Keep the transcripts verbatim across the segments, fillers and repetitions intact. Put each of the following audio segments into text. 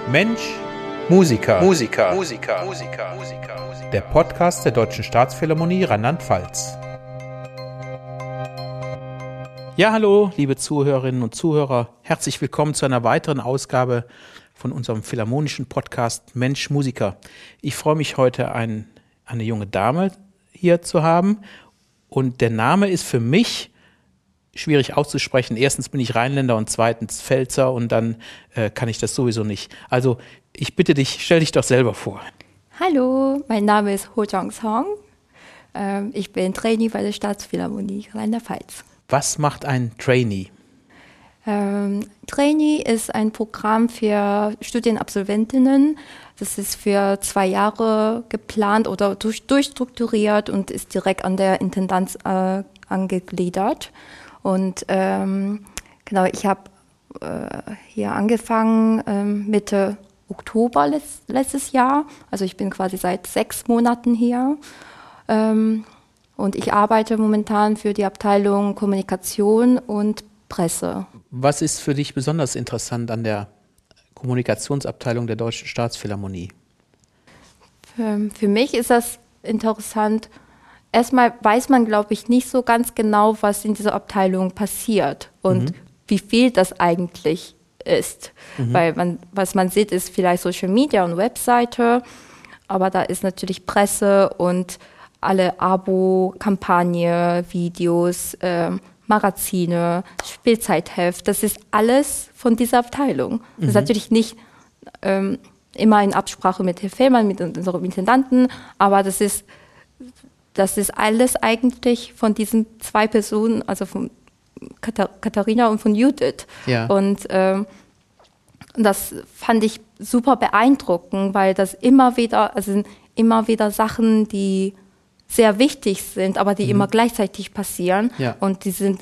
Mensch, Musiker. Musiker. Musiker. Musiker. Musiker. Der Podcast der Deutschen Staatsphilharmonie Rheinland-Pfalz. Ja, hallo, liebe Zuhörerinnen und Zuhörer. Herzlich willkommen zu einer weiteren Ausgabe von unserem philharmonischen Podcast Mensch, Musiker. Ich freue mich heute, ein, eine junge Dame hier zu haben. Und der Name ist für mich schwierig auszusprechen. Erstens bin ich Rheinländer und zweitens Pfälzer und dann äh, kann ich das sowieso nicht. Also ich bitte dich, stell dich doch selber vor. Hallo, mein Name ist Ho Jong-song. Ähm, ich bin Trainee bei der Staatsphilharmonie Rheinland-Pfalz. Was macht ein Trainee? Ähm, Trainee ist ein Programm für Studienabsolventinnen. Das ist für zwei Jahre geplant oder durch, durchstrukturiert und ist direkt an der Intendanz äh, angegliedert. Und ähm, genau, ich habe äh, hier angefangen ähm, Mitte Oktober letzt, letztes Jahr. Also ich bin quasi seit sechs Monaten hier. Ähm, und ich arbeite momentan für die Abteilung Kommunikation und Presse. Was ist für dich besonders interessant an der Kommunikationsabteilung der Deutschen Staatsphilharmonie? Für, für mich ist das interessant. Erstmal weiß man, glaube ich, nicht so ganz genau, was in dieser Abteilung passiert und mhm. wie viel das eigentlich ist. Mhm. Weil man, was man sieht, ist vielleicht Social Media und Webseite, aber da ist natürlich Presse und alle Abo-Kampagne, Videos, äh, Magazine, Spielzeitheft, das ist alles von dieser Abteilung. Mhm. Das ist natürlich nicht ähm, immer in Absprache mit Herrn Fehlmann, mit unserem Intendanten, aber das ist Das ist alles eigentlich von diesen zwei Personen, also von Katharina und von Judith. Ja. Und ähm, das fand ich super beeindruckend, weil das immer wieder, also sind immer wieder Sachen, die sehr wichtig sind, aber die mhm. immer gleichzeitig passieren. Ja. Und die sind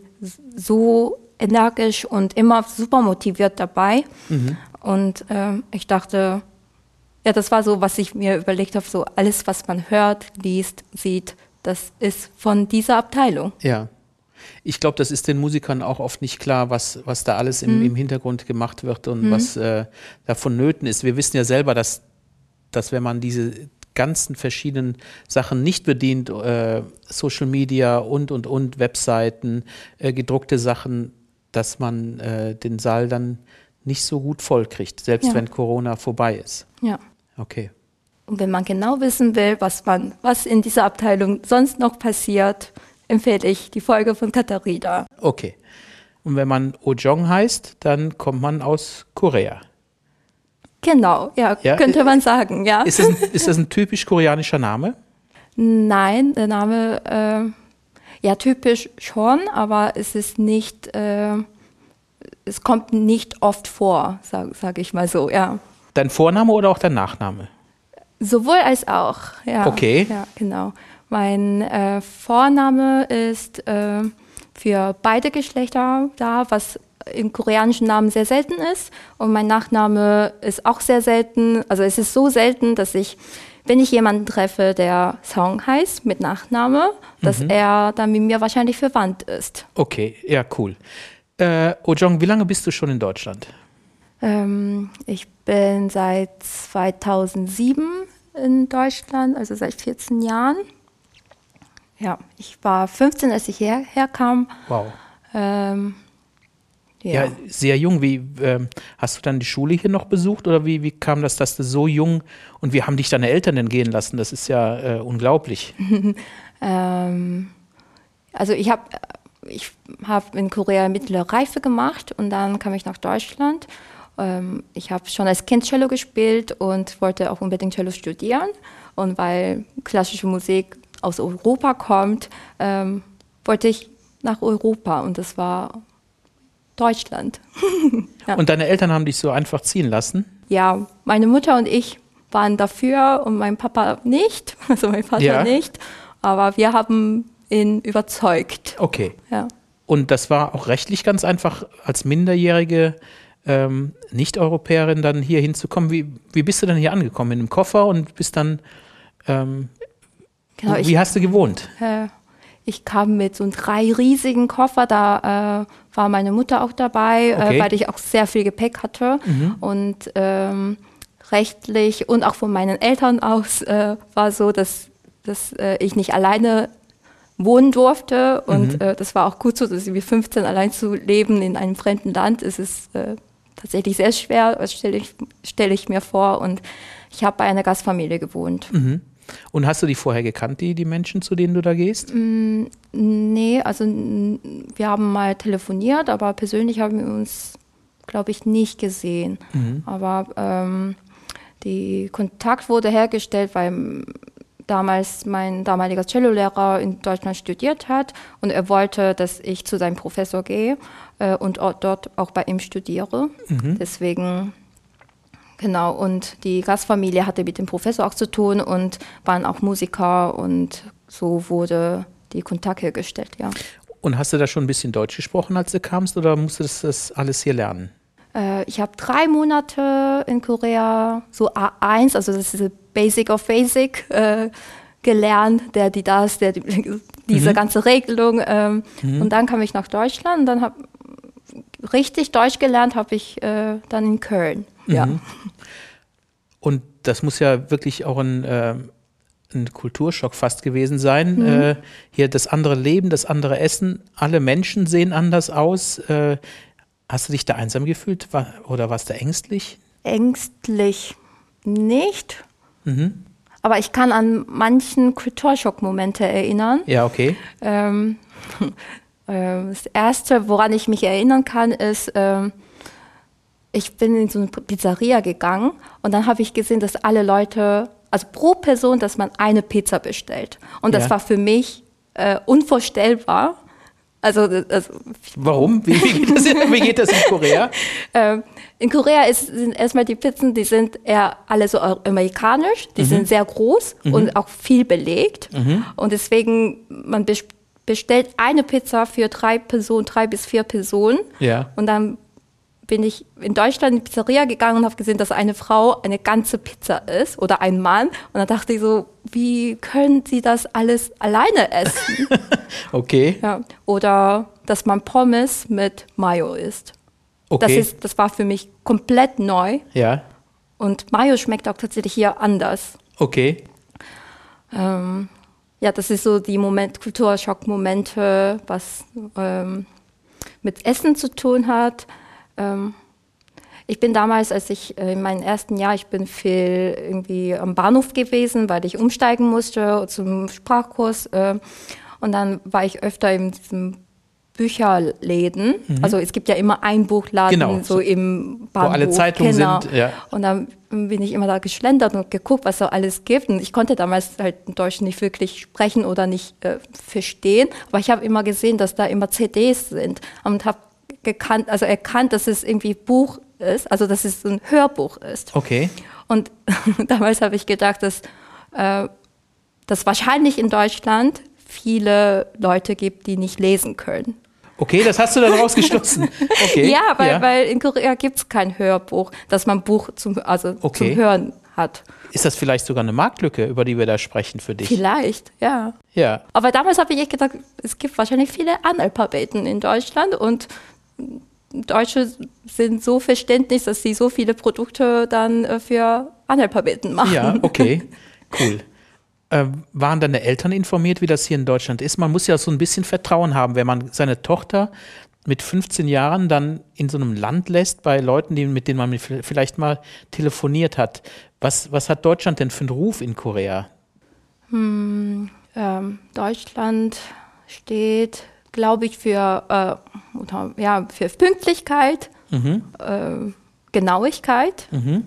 so energisch und immer super motiviert dabei. Mhm. Und ähm, ich dachte, ja, das war so, was ich mir überlegt habe, so alles, was man hört, liest, sieht, das ist von dieser Abteilung. Ja, ich glaube, das ist den Musikern auch oft nicht klar, was, was da alles im, mhm. im Hintergrund gemacht wird und mhm. was äh, da vonnöten ist. Wir wissen ja selber, dass, dass wenn man diese ganzen verschiedenen Sachen nicht bedient, äh, Social Media und, und, und, Webseiten, äh, gedruckte Sachen, dass man äh, den Saal dann nicht so gut voll kriegt, selbst ja. wenn Corona vorbei ist. Ja. Okay. Und wenn man genau wissen will, was man, was in dieser Abteilung sonst noch passiert, empfehle ich die Folge von Katharina. Okay. Und wenn man Oh Jong heißt, dann kommt man aus Korea. Genau, ja, ja? könnte man sagen, ja. Ist das, ein, ist das ein typisch koreanischer Name? Nein, der Name, äh, ja, typisch schon, aber es ist nicht, äh, es kommt nicht oft vor, sage sag ich mal so, ja. Dein Vorname oder auch dein Nachname? Sowohl als auch, ja. Okay. Ja, genau. Mein äh, Vorname ist äh, für beide Geschlechter da, was im koreanischen Namen sehr selten ist. Und mein Nachname ist auch sehr selten. Also es ist so selten, dass ich, wenn ich jemanden treffe, der Song heißt, mit Nachname, dass mhm. er dann mit mir wahrscheinlich verwandt ist. Okay, ja, cool. Äh, Oh Jong, wie lange bist du schon in Deutschland? Ähm, ich bin seit zweitausendsieben in Deutschland, also seit vierzehn Jahren. Ja, ich war fünfzehn, als ich her, herkam. Wow. Ähm, ja. ja, sehr jung. Wie ähm, hast du dann die Schule hier noch besucht oder wie, wie kam das, dass du so jung und wie haben dich deine Eltern denn gehen lassen? Das ist ja äh, unglaublich. ähm, also ich habe ich hab in Korea mittlere Reife gemacht und dann kam ich nach Deutschland. Ähm, ich habe schon als Kind Cello gespielt und wollte auch unbedingt Cello studieren. Und weil klassische Musik aus Europa kommt, ähm, wollte ich nach Europa und das war Deutschland. Ja. Und deine Eltern haben dich so einfach ziehen lassen? Ja, meine Mutter und ich waren dafür und mein Papa nicht, also mein Vater ja. nicht, aber wir haben ihn überzeugt. Okay. Ja. Und das war auch rechtlich ganz einfach, als minderjährige ähm, Nicht-Europäerin dann hier hinzukommen. Wie, wie bist du denn hier angekommen? In einem Koffer und bist dann, ähm, genau, wie ich, hast du gewohnt? Äh, ich kam mit so drei riesigen Koffer, da äh, war meine Mutter auch dabei, okay. äh, weil ich auch sehr viel Gepäck hatte. Mhm. Und ähm, rechtlich und auch von meinen Eltern aus äh, war so, dass, dass äh, ich nicht alleine wohnen durfte. Und mhm. äh, das war auch gut so, dass wir fünfzehn allein zu leben in einem fremden Land. Es ist äh, tatsächlich sehr schwer, das stelle ich, stell ich mir vor. Und ich habe bei einer Gastfamilie gewohnt. Mhm. Und hast du die vorher gekannt, die, die Menschen, zu denen du da gehst? Mm, nee, also wir haben mal telefoniert, aber persönlich haben wir uns, glaube ich, nicht gesehen. Mhm. Aber ähm, der Kontakt wurde hergestellt, weil damals mein damaliger Cellolehrer in Deutschland studiert hat und er wollte, dass ich zu seinem Professor gehe äh, und dort auch bei ihm studiere. Mhm. Deswegen... Genau, und die Gastfamilie hatte mit dem Professor auch zu tun und waren auch Musiker und so wurde die Kontakt hergestellt, ja. Und hast du da schon ein bisschen Deutsch gesprochen, als du kamst, oder musstest du das alles hier lernen? Äh, ich habe drei Monate in Korea so A eins, also das ist Basic of Basic, äh, gelernt, der, die, das, der, die, diese mhm. ganze Regelung. Ähm, mhm. Und dann kam ich nach Deutschland und dann habe richtig Deutsch gelernt, habe ich äh, dann in Köln. Ja. Mhm. Und das muss ja wirklich auch ein, äh, ein Kulturschock fast gewesen sein. Mhm. Äh, hier das andere Leben, das andere Essen, alle Menschen sehen anders aus. Äh, hast du dich da einsam gefühlt war, oder warst du ängstlich? Ängstlich nicht. Mhm. Aber ich kann an manchen Kulturschock-Momente erinnern. Ja, okay. Ähm, das Erste, woran ich mich erinnern kann, ist, ähm, ich bin in so eine Pizzeria gegangen und dann habe ich gesehen, dass alle Leute, also pro Person, dass man eine Pizza bestellt. Und das ja. war für mich äh, unvorstellbar. Also, also warum? Wie, wie, geht das, wie geht das in Korea? ähm, in Korea ist, sind erstmal die Pizzen, die sind eher alle so amerikanisch, die mhm. sind sehr groß mhm. und auch viel belegt. Mhm. Und deswegen, man bestellt eine Pizza für drei Personen, drei bis vier Personen. Ja. Und dann bin ich in Deutschland in die Pizzeria gegangen und habe gesehen, dass eine Frau eine ganze Pizza isst oder ein Mann. Und dann dachte ich so, wie können sie das alles alleine essen? Okay. Ja. Oder dass man Pommes mit Mayo isst. Okay. Das ist, das war für mich komplett neu. Ja. Und Mayo schmeckt auch tatsächlich hier anders. Okay. Ähm, ja, das ist so die Moment, Kulturschock-Momente, was ähm, mit Essen zu tun hat. Ähm, ich bin damals, als ich äh, in meinem ersten Jahr, ich bin viel irgendwie am Bahnhof gewesen, weil ich umsteigen musste zum Sprachkurs. Äh, und dann war ich öfter in diesem Bücherläden. Mhm. Also es gibt ja immer einen Buchladen genau. so im Bahnhof. Wo alle Zeitungen genau. sind. Ja. Und dann bin ich immer da geschlendert und geguckt, was so alles gibt. Und ich konnte damals halt in Deutsch nicht wirklich sprechen oder nicht äh, verstehen. Aber ich habe immer gesehen, dass da immer C Ds sind und habe gekannt, also erkannt, dass es irgendwie Buch ist, also dass es ein Hörbuch ist. Okay. Und damals habe ich gedacht, dass äh, dass wahrscheinlich in Deutschland viele Leute gibt, die nicht lesen können. Okay, das hast du dann rausgeschlossen. Okay. Ja, weil, ja. weil in Korea gibt es kein Hörbuch, dass man Buch zum, also okay. zum Hören hat. Ist das vielleicht sogar eine Marktlücke, über die wir da sprechen für dich? Vielleicht, ja. Ja. Aber damals habe ich echt gedacht, es gibt wahrscheinlich viele Analphabeten in Deutschland und Deutsche sind so verständlich, dass sie so viele Produkte dann für Analphabeten machen. Ja, okay, cool. Äh, waren deine Eltern informiert, wie das hier in Deutschland ist? Man muss ja so ein bisschen Vertrauen haben, wenn man seine Tochter mit fünfzehn Jahren dann in so einem Land lässt, bei Leuten, die, mit denen man vielleicht mal telefoniert hat. Was, was hat Deutschland denn für einen Ruf in Korea? Hm, ähm, Deutschland steht, glaube ich, für, äh, oder, ja, für Pünktlichkeit, mhm. äh, Genauigkeit mhm.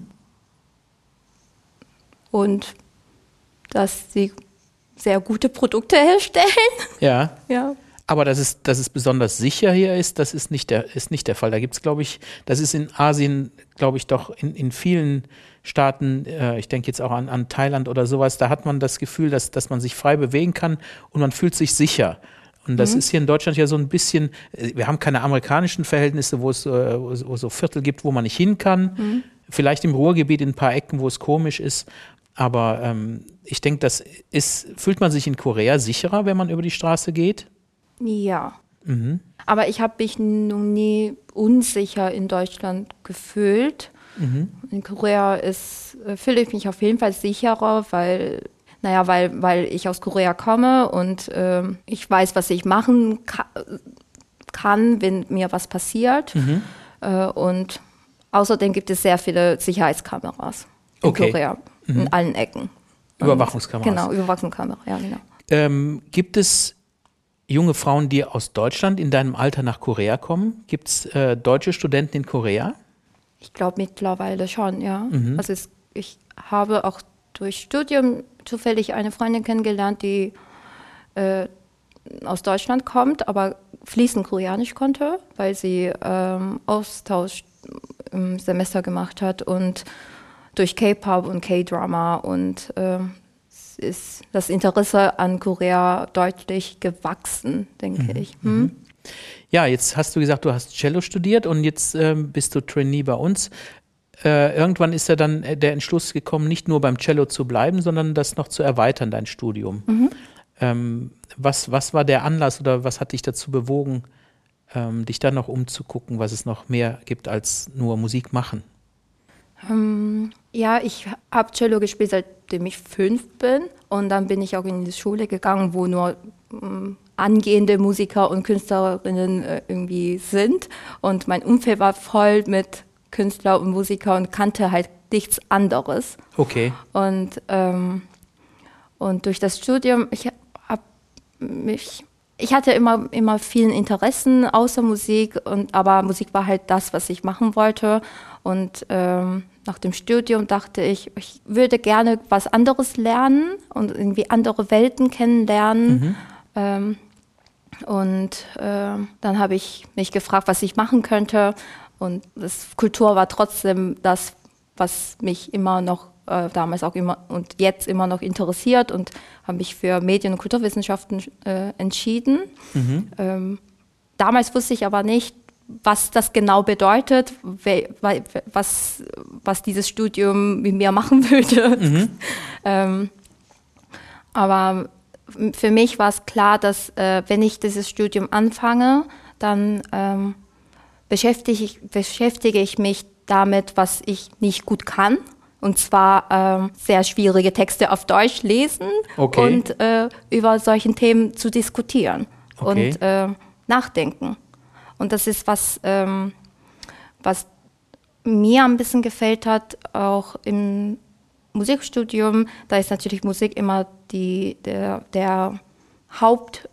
und dass sie sehr gute Produkte herstellen. Ja. Ja. Aber dass es, dass es besonders sicher hier ist, das ist nicht der, ist nicht der Fall. Da gibt es, glaube ich, das ist in Asien, glaube ich, doch in, in vielen Staaten, äh, ich denke jetzt auch an, an Thailand oder sowas, da hat man das Gefühl, dass, dass man sich frei bewegen kann und man fühlt sich sicher. Und das mhm. ist hier in Deutschland ja so ein bisschen, wir haben keine amerikanischen Verhältnisse, wo es, äh, wo es, wo es so Viertel gibt, wo man nicht hin kann. Mhm. Vielleicht im Ruhrgebiet in ein paar Ecken, wo es komisch ist. Aber ähm, ich denke, das ist, fühlt man sich in Korea sicherer, wenn man über die Straße geht? Ja. Mhm. Aber ich habe mich noch nie unsicher in Deutschland gefühlt. Mhm. In Korea ist, äh, fühle ich mich auf jeden Fall sicherer, weil, naja, weil, weil ich aus Korea komme und äh, ich weiß, was ich machen ka kann, wenn mir was passiert. Mhm. Äh, und außerdem gibt es sehr viele Sicherheitskameras in okay. Korea, mhm. in allen Ecken. Überwachungskameras. Genau, Überwachungskamera, ja, genau. Ähm, gibt es junge Frauen, die aus Deutschland in deinem Alter nach Korea kommen? Gibt es äh, deutsche Studenten in Korea? Ich glaube mittlerweile schon, ja. Mhm. Also es, ich habe auch durch Studium zufällig eine Freundin kennengelernt, die äh, aus Deutschland kommt, aber fließend Koreanisch konnte, weil sie ähm, Austausch im Semester gemacht hat und durch K-Pop und K-Drama und äh, ist das Interesse an Korea deutlich gewachsen, denke mhm. ich. Hm? Ja, jetzt hast du gesagt, du hast Cello studiert und jetzt ähm, bist du Trainee bei uns. Äh, irgendwann ist ja dann der Entschluss gekommen, nicht nur beim Cello zu bleiben, sondern das noch zu erweitern, dein Studium. Mhm. Ähm, was, was war der Anlass oder was hat dich dazu bewogen, ähm, dich dann noch umzugucken, was es noch mehr gibt als nur Musik machen? Ähm, ja, ich habe Cello gespielt, seitdem ich fünf bin und dann bin ich auch in die Schule gegangen, wo nur ähm, angehende Musiker und Künstlerinnen äh, irgendwie sind und mein Umfeld war voll mit Künstler und Musiker und kannte halt nichts anderes. Okay. Und, ähm, und durch das Studium, ich habe mich, ich hatte immer, immer vielen Interessen außer Musik, und, aber Musik war halt das, was ich machen wollte. Und ähm, nach dem Studium dachte ich, ich würde gerne was anderes lernen und irgendwie andere Welten kennenlernen. Mhm. Ähm, und äh, dann habe ich mich gefragt, was ich machen könnte. Und das Kultur war trotzdem das, was mich immer noch äh, damals auch immer und jetzt immer noch interessiert und habe mich für Medien- und Kulturwissenschaften äh, entschieden. Mhm. Ähm, damals wusste ich aber nicht, was das genau bedeutet, we, we, was, was dieses Studium mit mir machen würde. Mhm. ähm, aber für mich war es klar, dass äh, wenn ich dieses Studium anfange, dann ähm, beschäftige ich, beschäftige ich mich damit, was ich nicht gut kann. Und zwar ähm, sehr schwierige Texte auf Deutsch lesen okay. und äh, über solchen Themen zu diskutieren okay. und äh, nachdenken. Und das ist was, ähm, was mir ein bisschen gefällt hat, auch im Musikstudium. Da ist natürlich Musik immer die, der, der Hauptpunkt.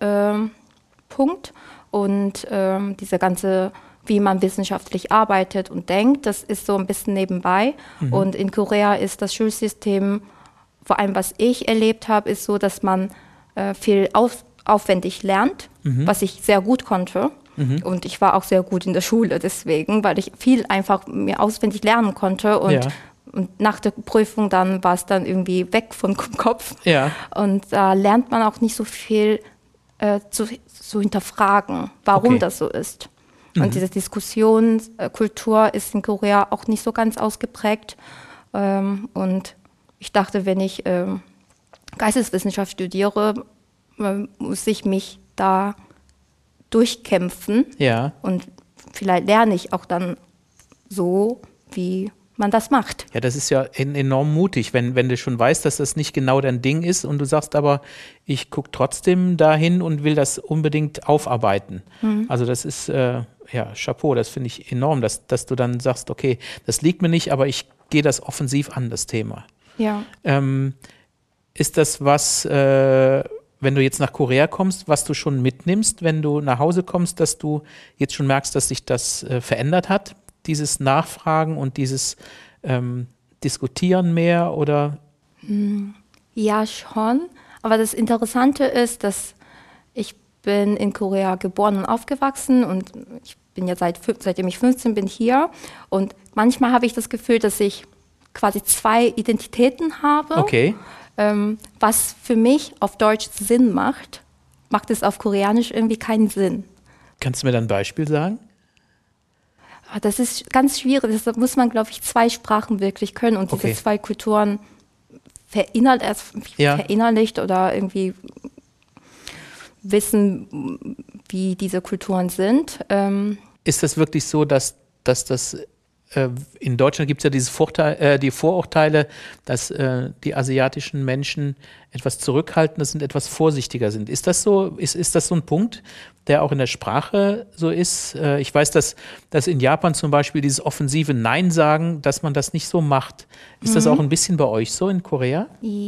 Äh, und ähm, diese ganze, wie man wissenschaftlich arbeitet und denkt, das ist so ein bisschen nebenbei. Mhm. Und in Korea ist das Schulsystem, vor allem was ich erlebt habe, ist so, dass man äh, viel auf, aufwendig lernt, mhm. was ich sehr gut konnte. Mhm. Und ich war auch sehr gut in der Schule deswegen, weil ich viel einfach mir auswendig lernen konnte und, ja. und nach der Prüfung dann war es dann irgendwie weg vom Kopf. Ja. Und da äh, lernt man auch nicht so viel äh, zu, zu hinterfragen, warum okay. das so ist. Mhm. Und diese Diskussionskultur ist in Korea auch nicht so ganz ausgeprägt. Ähm, und ich dachte, wenn ich ähm, Geisteswissenschaft studiere, äh, muss ich mich da durchkämpfen. Ja. Und vielleicht lerne ich auch dann so, wie man das macht. Ja, das ist ja enorm mutig, wenn, wenn du schon weißt, dass das nicht genau dein Ding ist und du sagst aber, ich gucke trotzdem dahin und will das unbedingt aufarbeiten. Mhm. Also das ist, äh, ja, Chapeau, das finde ich enorm, dass, dass du dann sagst, okay, das liegt mir nicht, aber ich gehe das offensiv an, das Thema. Ja. Ähm, ist das was, äh, wenn du jetzt nach Korea kommst, was du schon mitnimmst, wenn du nach Hause kommst, dass du jetzt schon merkst, dass sich das äh, verändert hat? Dieses Nachfragen und dieses ähm, Diskutieren mehr oder? Ja, schon. Aber das Interessante ist, dass ich bin in Korea geboren und aufgewachsen und ich bin ja seit, seitdem ich fünfzehn bin hier und manchmal habe ich das Gefühl, dass ich quasi zwei Identitäten habe. Okay. Ähm, was für mich auf Deutsch Sinn macht, macht es auf Koreanisch irgendwie keinen Sinn. Kannst du mir dann ein Beispiel sagen? Das ist ganz schwierig. Deshalb muss man, glaube ich, zwei Sprachen wirklich können und okay. diese zwei Kulturen verinnerlicht, ja. verinnerlicht oder irgendwie wissen, wie diese Kulturen sind. Ähm ist das wirklich so, dass, dass das äh, in Deutschland gibt es ja dieses Vorteil, äh, die Vorurteile, dass äh, die asiatischen Menschen etwas zurückhaltender sind, etwas vorsichtiger sind. Ist das so? Ist, ist das so ein Punkt, der auch in der Sprache so ist? Äh, ich weiß, dass, dass in Japan zum Beispiel dieses offensive Nein sagen, dass man das nicht so macht. Ist mhm. das auch ein bisschen bei euch so in Korea?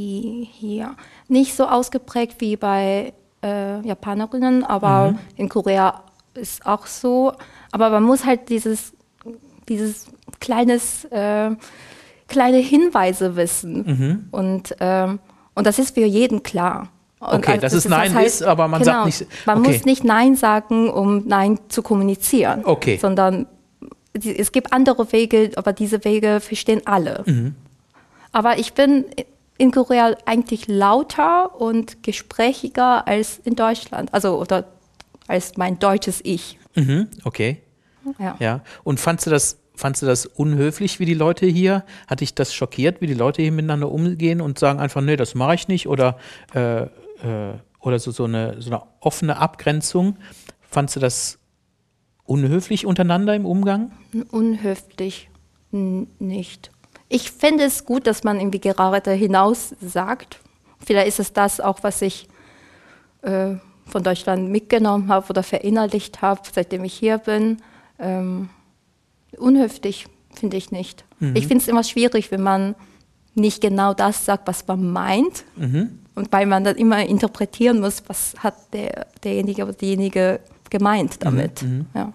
Ja, nicht so ausgeprägt wie bei äh, Japanerinnen, aber mhm. in Korea ist auch so. Aber man muss halt dieses, dieses kleines, äh, kleine Hinweise wissen. Mhm. Und, ähm, und das ist für jeden klar. Und okay, also, dass das es Nein heißt, ist, aber man genau, sagt nicht... Okay. Man muss nicht Nein sagen, um Nein zu kommunizieren, okay. sondern es gibt andere Wege, aber diese Wege verstehen alle. Mhm. Aber ich bin in Korea eigentlich lauter und gesprächiger als in Deutschland, also oder als mein deutsches Ich. Mhm, okay. Ja. ja. Und fandst du das, fandst du das unhöflich, wie die Leute hier? Hat dich das schockiert, wie die Leute hier miteinander umgehen und sagen einfach, nee, das mache ich nicht? Oder, äh, äh, oder so, so, eine, so eine offene Abgrenzung? Fandst du das unhöflich untereinander im Umgang? Unhöflich N- nicht. Ich finde es gut, dass man irgendwie gerade hinaus sagt. Vielleicht ist es das auch, was ich äh, von Deutschland mitgenommen habe oder verinnerlicht habe, seitdem ich hier bin. Ähm, unhöflich finde ich nicht. Mhm. Ich finde es immer schwierig, wenn man nicht genau das sagt, was man meint. Mhm. Und weil man dann immer interpretieren muss, was hat der, derjenige oder diejenige gemeint damit. Mhm. Ja,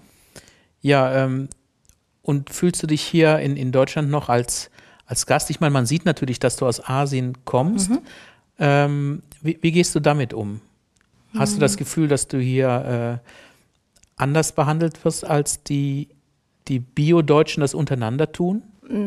ja ähm, und fühlst du dich hier in, in Deutschland noch als, als Gast? Ich meine, man sieht natürlich, dass du aus Asien kommst. Mhm. Ähm, wie, wie gehst du damit um? Hast mhm. du das Gefühl, dass du hier äh, anders behandelt wirst, als die, die Bio-Deutschen das untereinander tun?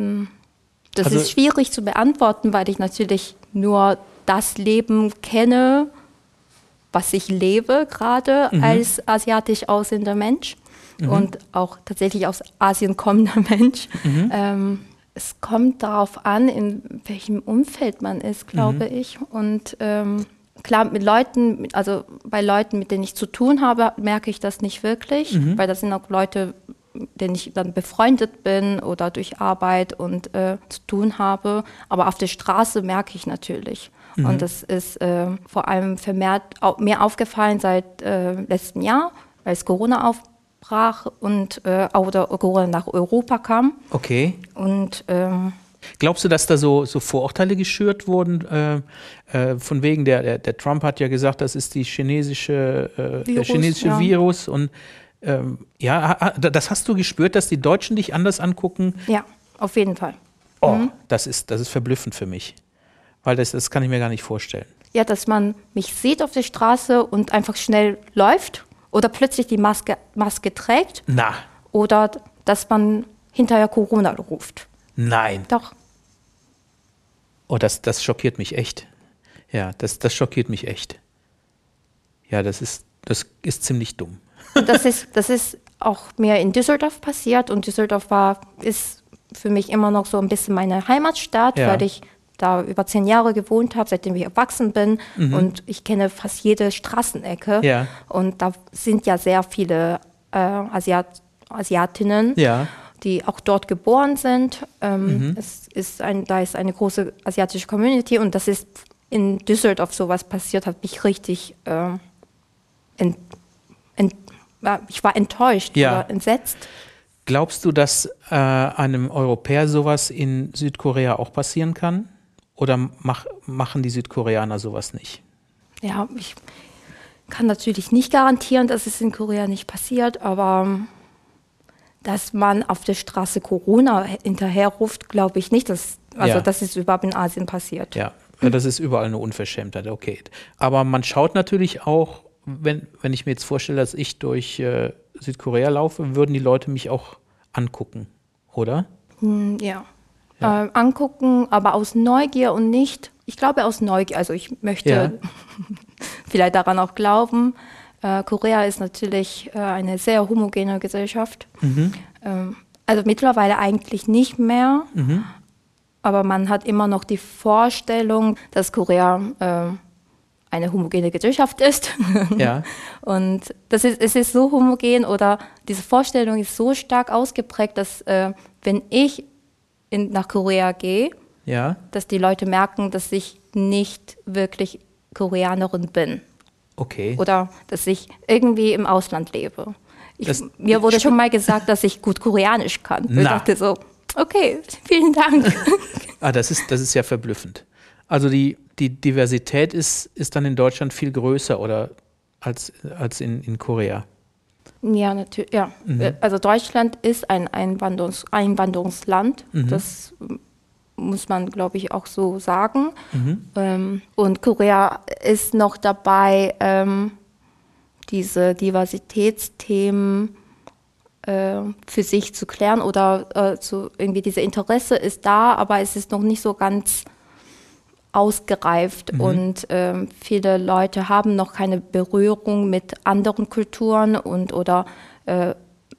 Das also, ist schwierig zu beantworten, weil ich natürlich nur das Leben kenne, was ich lebe gerade mhm. als asiatisch aussehender Mensch mhm. und auch tatsächlich aus Asien kommender Mensch. Mhm. Ähm, es kommt darauf an, in welchem Umfeld man ist, glaube mhm. ich. Und ähm, klar, mit Leuten, also bei Leuten, mit denen ich zu tun habe, merke ich das nicht wirklich, mhm. weil das sind auch Leute, mit denen ich dann befreundet bin oder durch Arbeit und äh, zu tun habe. Aber auf der Straße merke ich natürlich. Mhm. Und das ist äh, vor allem vermehrt au- mir aufgefallen seit äh, letztem Jahr, als Corona aufbrach und äh, oder Corona nach Europa kam. Okay. Und ähm, glaubst du, dass da so, so Vorurteile geschürt wurden? Äh, äh, von wegen, der, der, der Trump hat ja gesagt, das ist die chinesische, äh, Virus, der chinesische ja. Virus. Und ähm, ja, das hast du gespürt, dass die Deutschen dich anders angucken? Ja, auf jeden Fall. Oh, mhm. das ist, das ist verblüffend für mich. Weil das, das kann ich mir gar nicht vorstellen. Ja, dass man mich sieht auf der Straße und einfach schnell läuft oder plötzlich die Maske, Maske trägt. Na. Oder dass man hinterher Corona ruft. Nein. Doch. Oh, das, das schockiert mich echt. Ja, das, das schockiert mich echt. Ja, das ist, das ist ziemlich dumm. Das ist, das ist auch mir in Düsseldorf passiert und Düsseldorf war, ist für mich immer noch so ein bisschen meine Heimatstadt, ja. weil ich da über zehn Jahre gewohnt habe, seitdem ich erwachsen bin mhm. und ich kenne fast jede Straßenecke ja. und da sind ja sehr viele äh, Asiat, Asiatinnen, ja. die auch dort geboren sind. Ähm, mhm. Es ist ein, da ist eine große asiatische Community und das ist in Düsseldorf sowas passiert, hat mich richtig äh, ent, ent, ja, ich war enttäuscht ja. oder entsetzt. Glaubst du, dass äh, einem Europäer sowas in Südkorea auch passieren kann? Oder mach, machen die Südkoreaner sowas nicht? Ja, ich kann natürlich nicht garantieren, dass es in Korea nicht passiert, aber dass man auf der Straße Corona hinterherruft, glaube ich nicht. Dass, also, ja. das ist überhaupt in Asien passiert. Ja. ja, das ist überall eine Unverschämtheit, okay. Aber man schaut natürlich auch, wenn, wenn ich mir jetzt vorstelle, dass ich durch äh, Südkorea laufe, würden die Leute mich auch angucken, oder? Hm, ja. ja. Äh, angucken, aber aus Neugier und nicht, ich glaube aus Neugier, also ich möchte ja. vielleicht daran auch glauben. Äh, Korea ist natürlich äh, eine sehr homogene Gesellschaft. Mhm. Ähm, also mittlerweile eigentlich nicht mehr, mhm. aber man hat immer noch die Vorstellung, dass Korea äh, eine homogene Gesellschaft ist. Ja. Und das ist, es ist so homogen oder diese Vorstellung ist so stark ausgeprägt, dass äh, wenn ich in, nach Korea gehe, Ja. dass die Leute merken, dass ich nicht wirklich Koreanerin bin. Okay. Oder dass ich irgendwie im Ausland lebe. Ich, Das- mir wurde schon mal gesagt, dass ich gut Koreanisch kann. Na. Ich dachte so, okay, vielen Dank. Ah, das ist, das ist ja verblüffend. Also die, die Diversität ist, ist dann in Deutschland viel größer oder als, als in, in Korea. Ja, natürlich. Ja. Also Deutschland ist ein Einwanderungs Einwanderungsland. Das muss man, glaube ich, auch so sagen. Ähm, und Korea ist noch dabei, ähm, diese Diversitätsthemen äh, für sich zu klären oder äh, zu, irgendwie diese Interesse ist da, aber es ist noch nicht so ganz ausgereift und ähm, viele Leute haben noch keine Berührung mit anderen Kulturen und oder äh,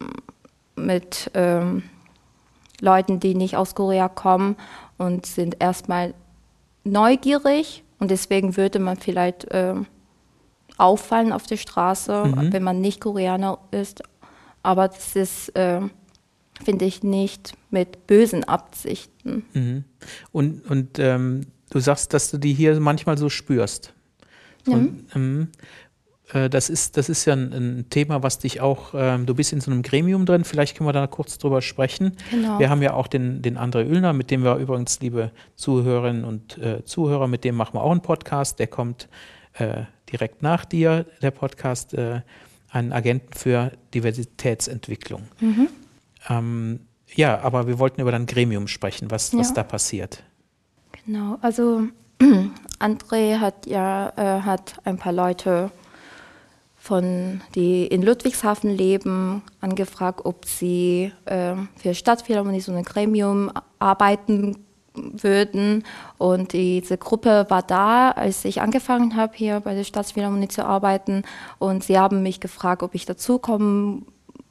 mit ähm, Leuten, die nicht aus Korea kommen und sind erstmal neugierig und deswegen würde man vielleicht ähm, auffallen auf der Straße, wenn man nicht Koreaner ist. Aber das ist, äh, finde ich, nicht mit bösen Absichten. Mhm. Und, und ähm, du sagst, dass du die hier manchmal so spürst. Und, ähm, äh, das ist, das ist ja ein, ein Thema, was dich auch, ähm, du bist in so einem Gremium drin, vielleicht können wir da kurz drüber sprechen. Genau. Wir haben ja auch den, den André Oellner, mit dem wir übrigens, liebe Zuhörerinnen und äh, Zuhörer, mit dem machen wir auch einen Podcast, der kommt äh, direkt nach dir, der Podcast, äh, einen Agenten für Diversitätsentwicklung. Ähm, ja, aber wir wollten über dein Gremium sprechen, was, was Ja. da passiert. Genau, also André hat ja äh, hat ein paar Leute von die in Ludwigshafen leben angefragt, ob sie äh, für Stadtphilharmonie so ein Gremium arbeiten würden. Und diese Gruppe war da, als ich angefangen habe, hier bei der Stadtphilharmonie zu arbeiten. Und sie haben mich gefragt, ob ich dazukommen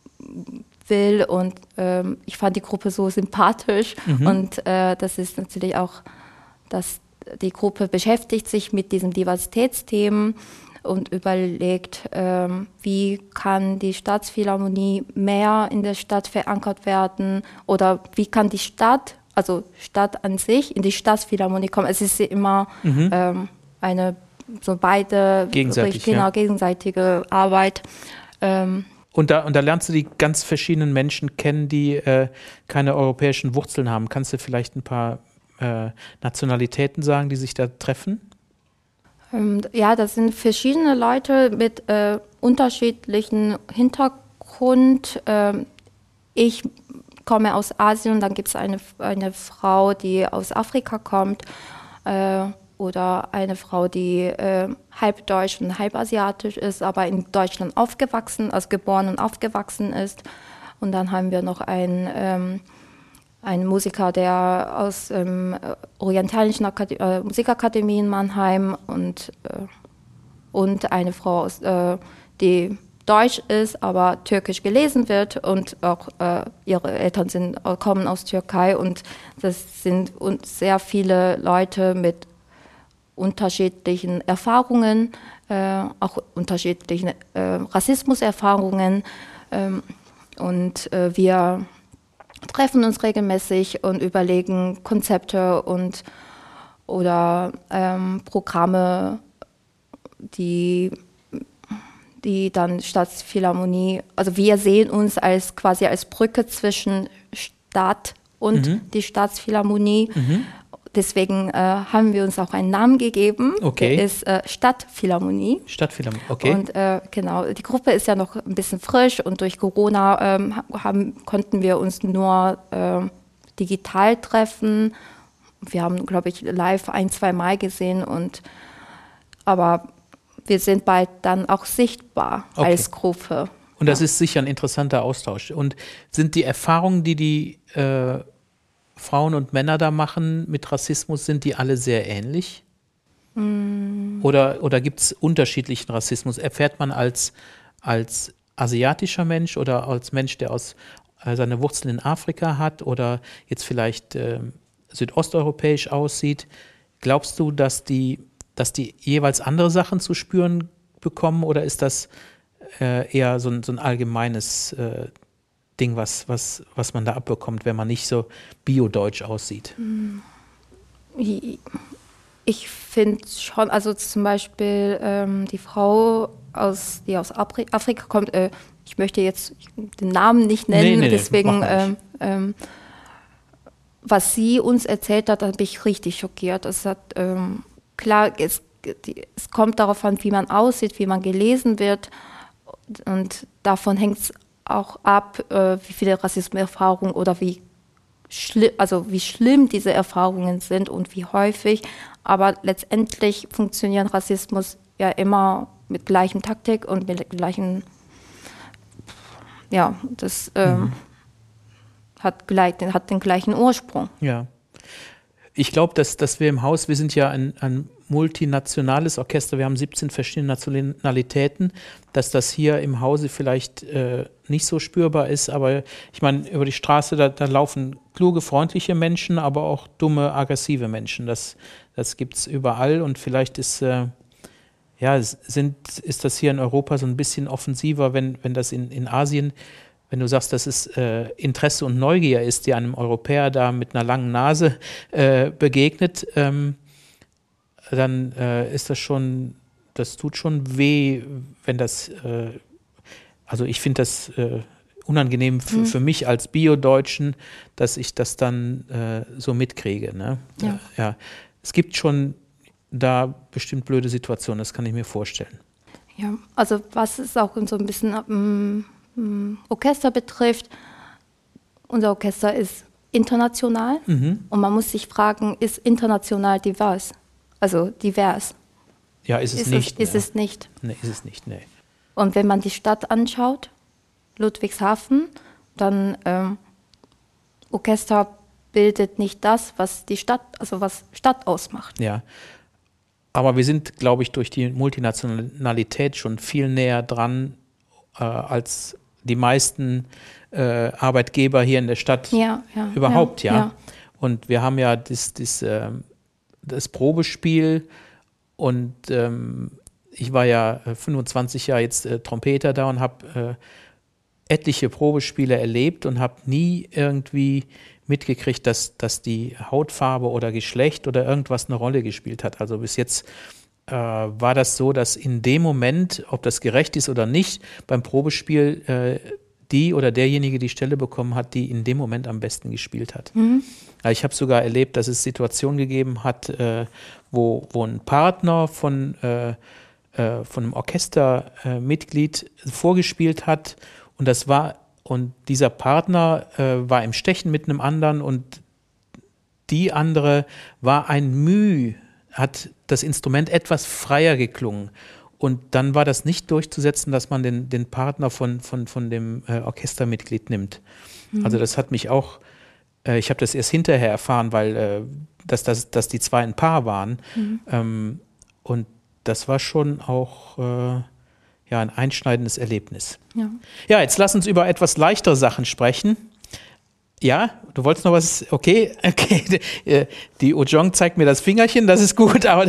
will. Und ähm, ich fand die Gruppe so sympathisch. Und äh, das ist natürlich auch, dass die Gruppe beschäftigt sich mit diesen Diversitätsthemen und überlegt, ähm, wie kann die Staatsphilharmonie mehr in der Stadt verankert werden oder wie kann die Stadt, also Stadt an sich, in die Staatsphilharmonie kommen. Es ist immer ähm, eine so beide Gegenseitig, genau, ja. gegenseitige Arbeit. Ähm, Und da, und da lernst du die ganz verschiedenen Menschen kennen, die äh, keine europäischen Wurzeln haben. Kannst du vielleicht ein paar äh, Nationalitäten sagen, die sich da treffen? Ähm, Ja, das sind verschiedene Leute mit äh, unterschiedlichen Hintergrund. Ähm, ich komme aus Asien und dann gibt es eine, eine Frau, die aus Afrika kommt äh, oder eine Frau, die äh, halb deutsch und halb asiatisch ist, aber in Deutschland aufgewachsen, also geboren und aufgewachsen ist. Und dann haben wir noch einen ähm, ein Musiker, der aus ähm, Orientalischen Akade äh, Musikakademie in Mannheim und, äh, und eine Frau, aus, äh, die Deutsch ist, aber Türkisch gelesen wird und auch äh, ihre Eltern sind, kommen aus Türkei und das sind und sehr viele Leute mit unterschiedlichen Erfahrungen, äh, auch unterschiedlichen äh, Rassismuserfahrungen ähm, und äh, wir treffen uns regelmäßig und überlegen Konzepte und oder ähm, Programme, die, die dann Staatsphilharmonie, also wir sehen uns als quasi als Brücke zwischen Stadt und Mhm. die Staatsphilharmonie. Deswegen äh, haben wir uns auch einen Namen gegeben. Okay. Der ist äh, Stadtphilharmonie. Stadtphilharmonie, okay. Und äh, genau, die Gruppe ist ja noch ein bisschen frisch und durch Corona ähm, haben, konnten wir uns nur ähm, digital treffen. Wir haben, glaube ich, live ein, zwei Mal gesehen und aber wir sind bald dann auch sichtbar Okay. als Gruppe. Und das ist sicher ein interessanter Austausch. Und sind die Erfahrungen, die die äh, Frauen und Männer da machen mit Rassismus, sind die alle sehr ähnlich? Oder, oder gibt es unterschiedlichen Rassismus? Erfährt man als, als asiatischer Mensch oder als Mensch, der aus, äh, seine Wurzeln in Afrika hat oder jetzt vielleicht äh, südosteuropäisch aussieht, glaubst du, dass die dass die jeweils andere Sachen zu spüren bekommen oder ist das äh, eher so ein, so ein allgemeines äh, Ding, was, was, was man da abbekommt, wenn man nicht so biodeutsch aussieht? Ich finde schon, also zum Beispiel ähm, die Frau, aus, die aus Afri- Afrika kommt, äh, ich möchte jetzt den Namen nicht nennen, Nee, nee, nee, deswegen, mach mal nicht. ähm, ähm, was sie uns erzählt hat, da bin ich richtig schockiert. Es hat, ähm, klar, es, die, es kommt darauf an, wie man aussieht, wie man gelesen wird und davon hängt es auch ab, äh, wie viele Rassismuserfahrungen oder wie, schli- also wie schlimm diese Erfahrungen sind und wie häufig. Aber letztendlich funktioniert Rassismus ja immer mit gleichen Taktik und mit gleichen, ja, das ähm, Mhm. hat, gleich, hat den gleichen Ursprung. Ja. Ich glaube, dass, dass wir im Haus, wir sind ja ein, ein multinationales Orchester, wir haben siebzehn verschiedene Nationalitäten, dass das hier im Hause vielleicht äh, nicht so spürbar ist, aber ich meine, über die Straße, da, da laufen kluge, freundliche Menschen, aber auch dumme, aggressive Menschen. Das, das gibt es überall und vielleicht ist, äh, ja, sind, ist das hier in Europa so ein bisschen offensiver, wenn, wenn das in, in Asien, wenn du sagst, dass es äh, Interesse und Neugier ist, die einem Europäer da mit einer langen Nase äh, begegnet, ähm, dann äh, ist das schon, das tut schon weh, wenn das, äh, also ich finde das äh, unangenehm f- Mhm. für mich als Bio-Deutschen, dass ich das dann äh, so mitkriege. Ne? Ja. Äh, ja. Es gibt schon da bestimmt blöde Situationen, das kann ich mir vorstellen. Ja, also was es auch so ein bisschen ähm, ähm, Orchester betrifft, unser Orchester ist international Mhm. und man muss sich fragen, ist international divers? Also divers. Ja, ist es ist nicht. Es, ist ja. es nicht. Nee, ist es nicht, nee. Und wenn man die Stadt anschaut, Ludwigshafen, dann ähm, Orchester bildet nicht das, was die Stadt, also was Stadt ausmacht. Ja. Aber wir sind, glaube ich, durch die Multinationalität schon viel näher dran äh, als die meisten äh, Arbeitgeber hier in der Stadt Ja, ja, überhaupt, ja. ja, ja. Und wir haben ja das, das, äh, das Probespiel und ähm, ich war ja fünfundzwanzig Jahre jetzt äh, Trompeter da und habe äh, etliche Probespiele erlebt und habe nie irgendwie mitgekriegt, dass, dass die Hautfarbe oder Geschlecht oder irgendwas eine Rolle gespielt hat. Also bis jetzt äh, war das so, dass in dem Moment, ob das gerecht ist oder nicht, beim Probespiel äh, die oder derjenige die Stelle bekommen hat, die in dem Moment am besten gespielt hat. Mhm. Ich habe sogar erlebt, dass es Situationen gegeben hat, äh, wo, wo ein Partner von, äh, äh, von einem Orchestermitglied äh, vorgespielt hat und das war und dieser Partner äh, war im Stechen mit einem anderen und die andere war ein Müh, hat das Instrument etwas freier geklungen. Und dann war das nicht durchzusetzen, dass man den, den Partner von, von, von dem äh, Orchestermitglied nimmt. Mhm. Also das hat mich auch, äh, ich habe das erst hinterher erfahren, weil äh, dass, dass, dass die zwei ein Paar waren. Mhm. Ähm, und das war schon auch äh, ja, ein einschneidendes Erlebnis. Ja. Ja, jetzt lass uns über etwas leichtere Sachen sprechen. Ja, du wolltest noch was, okay, okay, die Ojong zeigt mir das Fingerchen, das ist gut, aber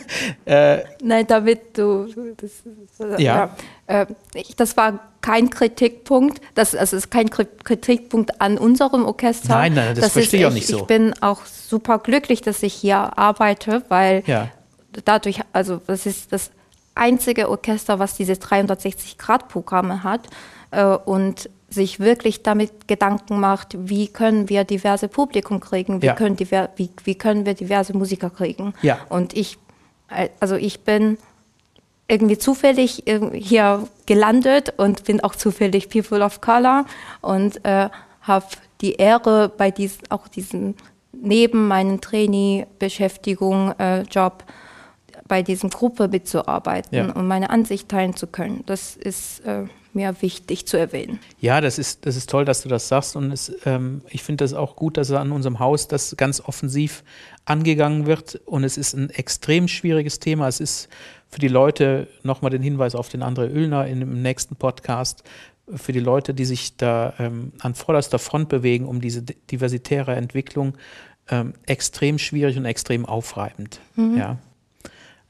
äh, nein, damit du, das, ja, ja äh, ich, das war kein Kritikpunkt, das also ist kein Kritikpunkt an unserem Orchester. Nein, nein, das, das verstehe ich auch nicht so. Ich bin auch super glücklich, dass ich hier arbeite, weil ja. dadurch, also das ist das einzige Orchester, was diese dreihundertsechzig Grad Programme hat äh, und sich wirklich damit Gedanken macht, wie können wir diverse Publikum kriegen, wie, ja. können, diver, wie, wie können wir diverse Musiker kriegen. Ja. Und ich, also ich bin irgendwie zufällig hier gelandet und bin auch zufällig People of Color und äh, habe die Ehre, bei diesen, auch diesen neben meinen Trainee-Beschäftigung, äh, Job, bei diesem Gruppe mitzuarbeiten ja. und meine Ansicht teilen zu können. Das ist äh, mir wichtig zu erwähnen. Ja, das ist, das ist toll, dass du das sagst und es, ähm, ich finde das auch gut, dass an unserem Haus das ganz offensiv angegangen wird und es ist ein extrem schwieriges Thema. Es ist für die Leute, nochmal den Hinweis auf den André Oellner in dem nächsten Podcast, für die Leute, die sich da ähm, an vorderster Front bewegen, um diese diversitäre Entwicklung, ähm, extrem schwierig und extrem aufreibend. Mhm. Ja.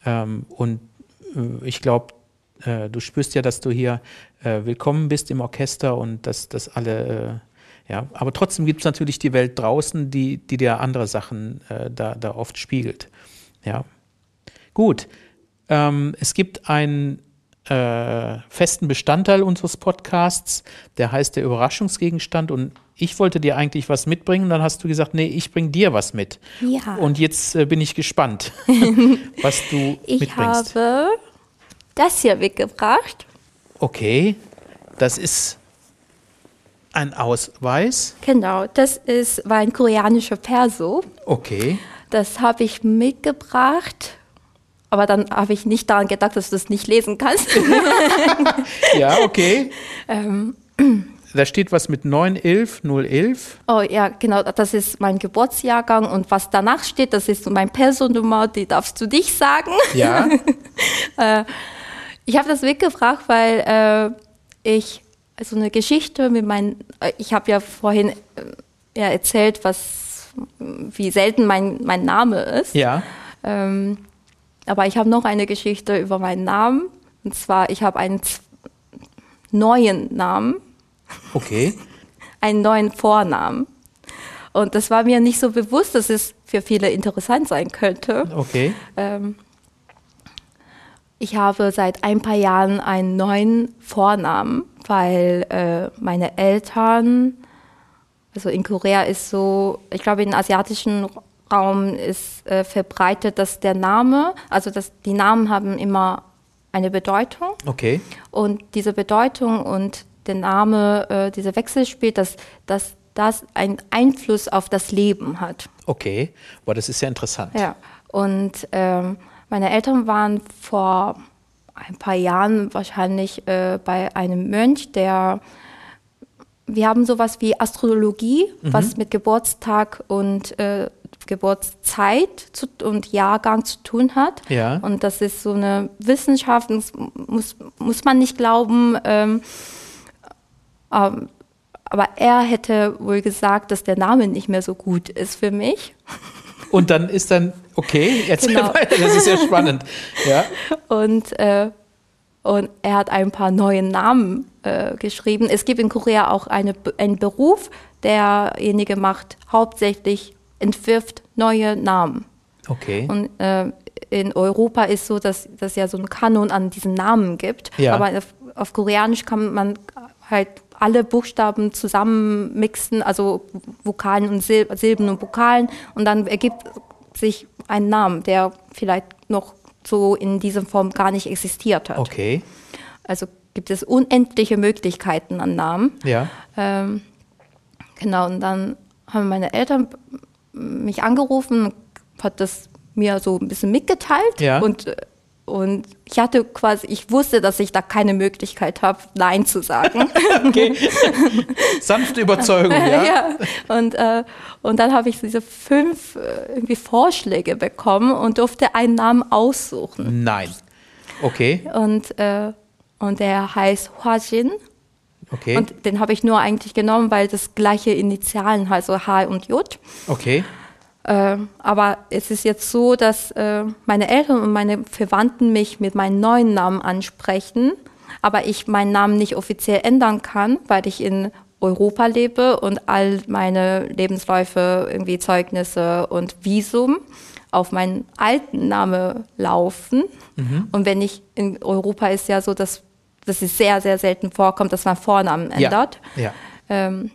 Ähm, und äh, ich glaube, äh, du spürst ja, dass du hier äh, willkommen bist im Orchester und dass, dass alle, äh, ja, aber trotzdem gibt es natürlich die Welt draußen, die, die dir andere Sachen äh, da, da oft spiegelt. Ja. Gut. Ähm, es gibt einen äh, festen Bestandteil unseres Podcasts, der heißt der Überraschungsgegenstand, und ich wollte dir eigentlich was mitbringen, dann hast du gesagt, nee, ich bringe dir was mit. Ja. Und jetzt äh, bin ich gespannt, was du ich mitbringst. Ich habe das hier mitgebracht. Okay, das ist ein Ausweis. Genau, das ist war ein koreanischer Perso. Okay. Das habe ich mitgebracht. Aber dann habe ich nicht daran gedacht, dass du das nicht lesen kannst. Ja, okay. ähm. Da steht was mit neun elf null elf. Oh ja, genau, das ist mein Geburtsjahrgang. Und was danach steht, das ist meine Personnummer, die darfst du nicht sagen. Ja. äh, ich habe das mitgebracht, weil äh, ich so eine Geschichte mit meinen, äh, ich habe ja vorhin äh, ja, erzählt, was, wie selten mein, mein Name ist. Ja. Ähm, Aber ich habe noch eine Geschichte über meinen Namen. Und zwar, ich habe einen z- neuen Namen. Okay. Einen neuen Vornamen. Und das war mir nicht so bewusst, dass es für viele interessant sein könnte. Okay. Ähm, ich habe seit ein paar Jahren einen neuen Vornamen, weil äh, meine Eltern, also in Korea ist so, ich glaube in asiatischen Raum ist äh, verbreitet, dass der Name, also dass die Namen haben immer eine Bedeutung. Okay. Und diese Bedeutung und der Name, äh, dieser Wechselspiel, dass, dass das einen Einfluss auf das Leben hat. Okay, aber das ist ja interessant. Ja, und ähm, meine Eltern waren vor ein paar Jahren wahrscheinlich äh, bei einem Mönch, der wir haben sowas wie Astrologie, mhm. was mit Geburtstag und äh, Geburtszeit zu, und Jahrgang zu tun hat. Ja. Und das ist so eine Wissenschaft, das muss, muss man nicht glauben. Ähm, ähm, aber er hätte wohl gesagt, dass der Name nicht mehr so gut ist für mich. Und dann ist dann, okay, jetzt genau. Das ist ja spannend. Ja. Und, äh, und er hat ein paar neue Namen äh, geschrieben. Es gibt in Korea auch eine, einen Beruf, derjenige macht hauptsächlich, entwirft neue Namen. Okay. Und äh, in Europa ist so, dass es ja so einen Kanon an diesen Namen gibt. Ja. Aber auf, auf Koreanisch kann man halt alle Buchstaben zusammenmixen, also Vokalen und Sil- Silben und Vokalen. Und dann ergibt sich ein Name, der vielleicht noch so in dieser Form gar nicht existiert hat. Okay. Also gibt es unendliche Möglichkeiten an Namen. Ja. Ähm, genau, und dann haben meine Eltern mich angerufen, hat das mir so ein bisschen mitgeteilt. Ja. Und, und ich hatte quasi, ich wusste, dass ich da keine Möglichkeit habe, Nein zu sagen. Okay. Sanfte Überzeugung, ja. ja. Und, äh, und dann habe ich diese fünf äh, irgendwie Vorschläge bekommen und durfte einen Namen aussuchen. Nein. Okay. Und, äh, und der heißt Hwajin. Okay. Und den habe ich nur eigentlich genommen, weil das gleiche Initialen heißt, so H und J. Okay. Äh, aber es ist jetzt so, dass äh, meine Eltern und meine Verwandten mich mit meinem neuen Namen ansprechen, aber ich meinen Namen nicht offiziell ändern kann, weil ich in Europa lebe und all meine Lebensläufe, irgendwie Zeugnisse und Visum auf meinen alten Namen laufen. Mhm. Und wenn ich in Europa ist ja so, dass dass es sehr, sehr selten vorkommt, dass man Vornamen ändert. Ja. Ja. Ähm,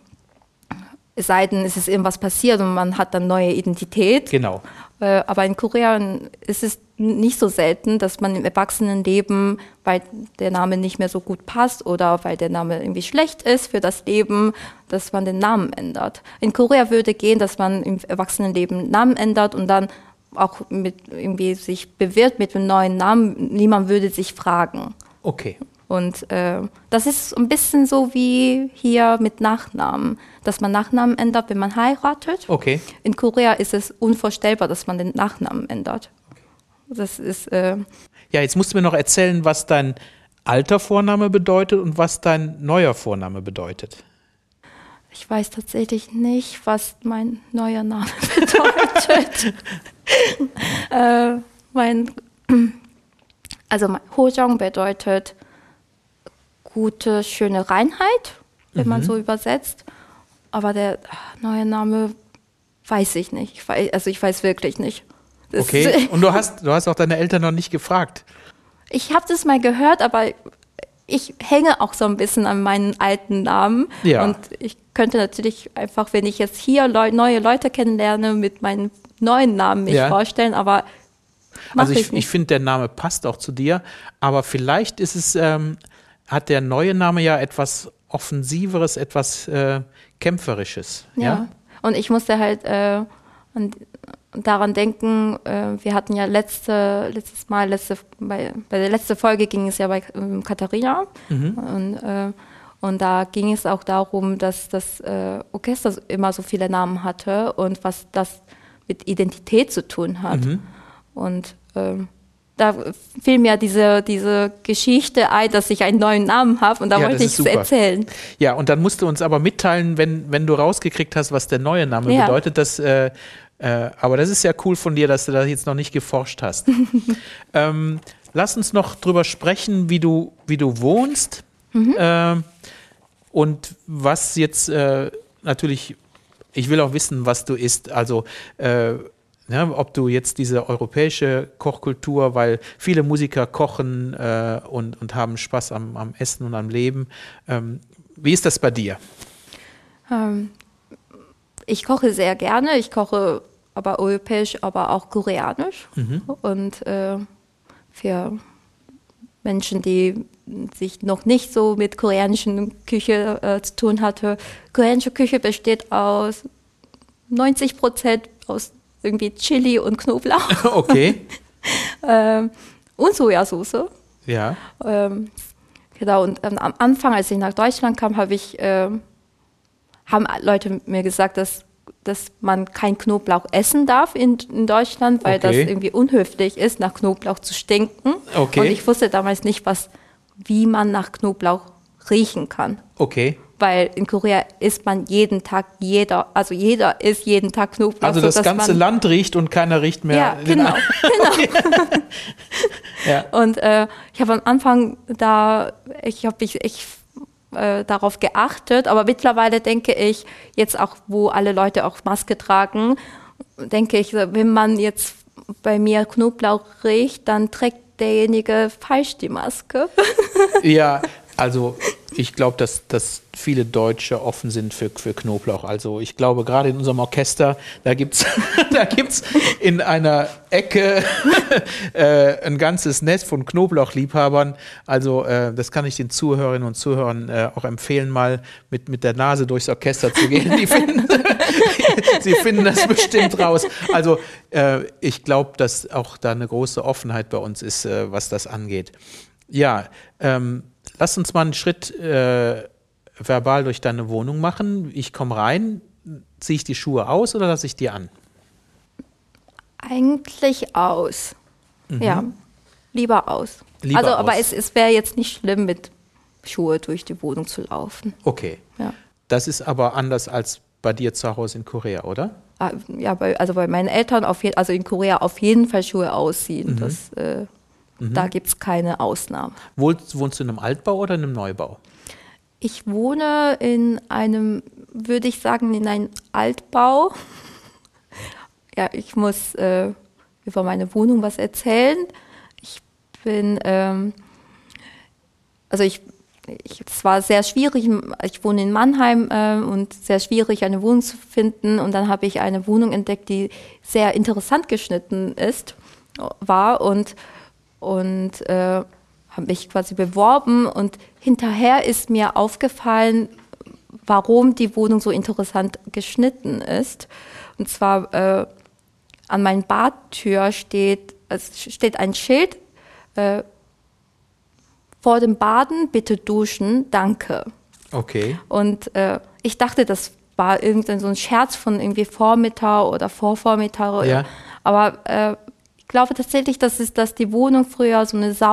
es sei denn, es ist irgendwas passiert und man hat dann neue Identität. Genau. Äh, aber in Korea ist es nicht so selten, dass man im Erwachsenenleben, weil der Name nicht mehr so gut passt oder weil der Name irgendwie schlecht ist für das Leben, dass man den Namen ändert. In Korea würde gehen, dass man im Erwachsenenleben Namen ändert und dann auch mit irgendwie sich bewirbt mit einem neuen Namen. Niemand würde sich fragen. Okay. Und äh, das ist ein bisschen so wie hier mit Nachnamen, dass man Nachnamen ändert, wenn man heiratet. Okay. In Korea ist es unvorstellbar, dass man den Nachnamen ändert. Das ist. Äh ja, jetzt musst du mir noch erzählen, was dein alter Vorname bedeutet und was dein neuer Vorname bedeutet. Ich weiß tatsächlich nicht, was mein neuer Name bedeutet. äh, mein Also Hojong bedeutet gute, schöne Reinheit, wenn mhm. man so übersetzt. Aber der neue Name weiß ich nicht. Ich weiß, also ich weiß wirklich nicht. Das okay, und du hast, du hast auch deine Eltern noch nicht gefragt? Ich habe das mal gehört, aber ich hänge auch so ein bisschen an meinen alten Namen. Ja. Und ich könnte natürlich einfach, wenn ich jetzt hier Leu- neue Leute kennenlerne, mit meinem neuen Namen mich ja. vorstellen, aber also ich, ich finde, der Name passt auch zu dir, aber vielleicht ist es, ähm, hat der neue Name ja etwas Offensiveres, etwas äh, Kämpferisches. Ja? ja, und ich musste halt äh, an, daran denken, äh, wir hatten ja letzte, letztes Mal, letzte, bei, bei der letzten Folge ging es ja bei ähm, Katharina mhm. und, äh, und da ging es auch darum, dass das äh, Orchester immer so viele Namen hatte und was das mit Identität zu tun hat. Mhm. Und ähm, da fiel mir diese, diese Geschichte ein, dass ich einen neuen Namen habe und da ja, wollte ich es erzählen. Ja, und dann musst du uns aber mitteilen, wenn, wenn du rausgekriegt hast, was der neue Name ja. bedeutet. Dass, äh, äh, aber das ist ja cool von dir, dass du da jetzt noch nicht geforscht hast. ähm, lass uns noch drüber sprechen, wie du, wie du wohnst mhm. äh, und was jetzt äh, natürlich, ich will auch wissen, was du isst. Also äh, Ja, ob du jetzt diese europäische Kochkultur, weil viele Musiker kochen äh, und, und haben Spaß am, am Essen und am Leben. Ähm, wie ist das bei dir? Ähm, ich koche sehr gerne. Ich koche aber europäisch, aber auch koreanisch. Mhm. Und äh, für Menschen, die sich noch nicht so mit koreanischen Küche äh, zu tun hatte, koreanische Küche besteht aus neunzig Prozent aus irgendwie Chili und Knoblauch. Okay. ähm, und Sojasauce. Ja. Ähm, genau, und ähm, am Anfang, als ich nach Deutschland kam, habe ich, ähm, haben Leute mir gesagt, dass, dass man kein Knoblauch essen darf in, in Deutschland, weil okay. das irgendwie unhöflich ist, nach Knoblauch zu stinken. Okay. Und ich wusste damals nicht, was, wie man nach Knoblauch riechen kann. Okay. Weil in Korea isst man jeden Tag, jeder, also jeder isst jeden Tag Knoblauch. Also das ganze Land riecht und keiner riecht mehr. Ja, genau. genau. ja. Und äh, ich habe am Anfang da, ich habe mich echt äh, darauf geachtet, aber mittlerweile denke ich, jetzt auch, wo alle Leute auch Maske tragen, denke ich, wenn man jetzt bei mir Knoblauch riecht, dann trägt derjenige falsch die Maske. Ja, also ich glaube, dass, dass viele Deutsche offen sind für, für Knoblauch. Also ich glaube, gerade in unserem Orchester, da gibt es da gibt's in einer Ecke äh, ein ganzes Nest von Knoblauchliebhabern. Also äh, das kann ich den Zuhörerinnen und Zuhörern äh, auch empfehlen, mal mit, mit der Nase durchs Orchester zu gehen. Die finden, sie finden das bestimmt raus. Also äh, ich glaube, dass auch da eine große Offenheit bei uns ist, äh, was das angeht. Ja, ähm, lass uns mal einen Schritt äh, verbal durch deine Wohnung machen. Ich komme rein, ziehe ich die Schuhe aus oder lasse ich die an? Eigentlich aus. Mhm. Ja, lieber aus. Lieber also, aus. aber es, es wäre jetzt nicht schlimm, mit Schuhe durch die Wohnung zu laufen. Okay. Ja. Das ist aber anders als bei dir zu Hause in Korea, oder? Ja, bei, also bei meinen Eltern, auf je, also in Korea auf jeden Fall Schuhe ausziehen. Mhm. Das äh, Mhm. Da gibt es keine Ausnahmen. Wohnst, wohnst du in einem Altbau oder in einem Neubau? Ich wohne in einem, würde ich sagen, in einem Altbau. Ja, ich muss äh, über meine Wohnung was erzählen. Ich bin, ähm, also ich, ich, es war sehr schwierig, ich wohne in Mannheim äh, und sehr schwierig, eine Wohnung zu finden. Und dann habe ich eine Wohnung entdeckt, die sehr interessant geschnitten ist, war und und äh, habe mich quasi beworben und hinterher ist mir aufgefallen, warum die Wohnung so interessant geschnitten ist. Und zwar äh, an meiner Badtür steht, also steht ein Schild, äh, vor dem Baden bitte duschen, danke. Okay. Und äh, ich dachte, das war irgendein so ein Scherz von irgendwie Vormittag oder Vorvormittag. Ja. Aber äh, ich glaube tatsächlich, dass, es, dass die Wohnung früher so eine